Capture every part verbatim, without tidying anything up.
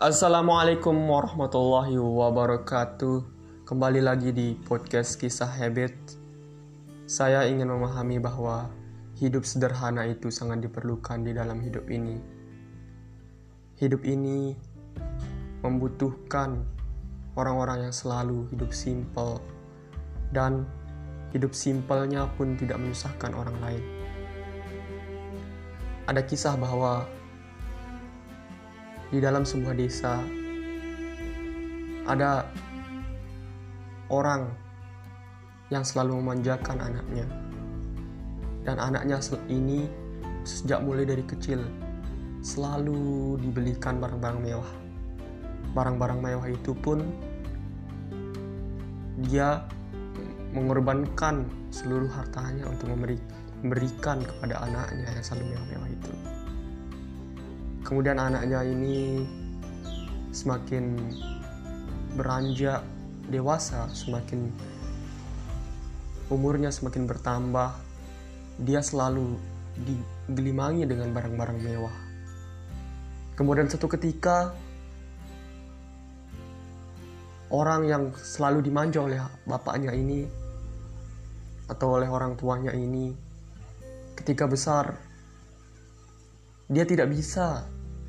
Assalamualaikum warahmatullahi wabarakatuh. Kembali lagi di podcast Kisah Habit. Saya ingin memahami bahwa hidup sederhana itu sangat diperlukan di dalam hidup ini. Hidup ini membutuhkan orang-orang yang selalu hidup simpel, dan hidup simpelnya pun tidak menyusahkan orang lain. Ada kisah bahwa di dalam sebuah desa ada orang yang selalu memanjakan anaknya, dan anaknya ini sejak mulai dari kecil selalu dibelikan barang-barang mewah. Barang-barang mewah itu pun dia mengorbankan seluruh hartanya untuk memberi, memberikan kepada anaknya yang selalu mewah-mewah itu. Kemudian anaknya ini semakin beranjak dewasa, semakin umurnya semakin bertambah, dia selalu digelimangi dengan barang-barang mewah. Kemudian satu ketika, orang yang selalu dimanja oleh bapaknya ini atau oleh orang tuanya ini, ketika besar dia tidak bisa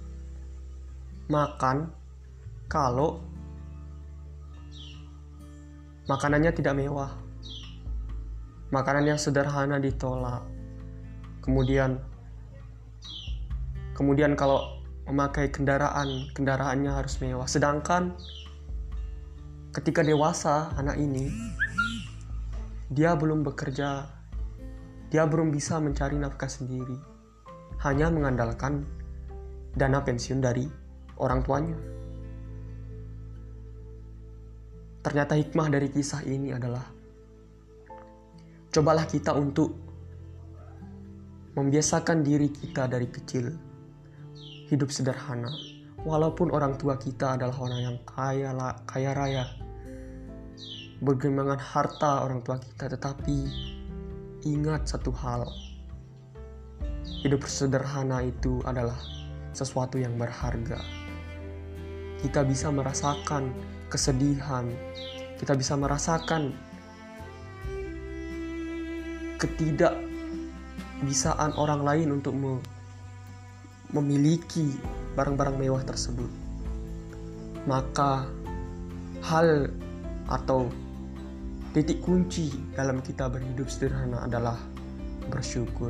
makan kalau makanannya tidak mewah. Makanan yang sederhana ditolak. Kemudian kemudian kalau memakai kendaraan, kendaraannya harus mewah. Sedangkan ketika dewasa, anak ini dia belum bekerja, dia belum bisa mencari nafkah sendiri, hanya mengandalkan dana pensiun dari orang tuanya. Ternyata hikmah dari kisah ini adalah, cobalah kita untuk membiasakan diri kita dari kecil hidup sederhana. Walaupun orang tua kita adalah orang yang kaya, kaya raya, bergelimangan harta orang tua kita, tetapi ingat satu hal, hidup sederhana itu adalah sesuatu yang berharga. Kita bisa merasakan kesedihan, kita bisa merasakan ketidakbisaan orang lain untuk memiliki barang-barang mewah tersebut. Maka hal atau titik kunci dalam kita berhidup sederhana adalah bersyukur.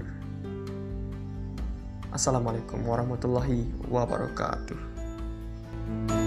Assalamualaikum warahmatullahi wabarakatuh.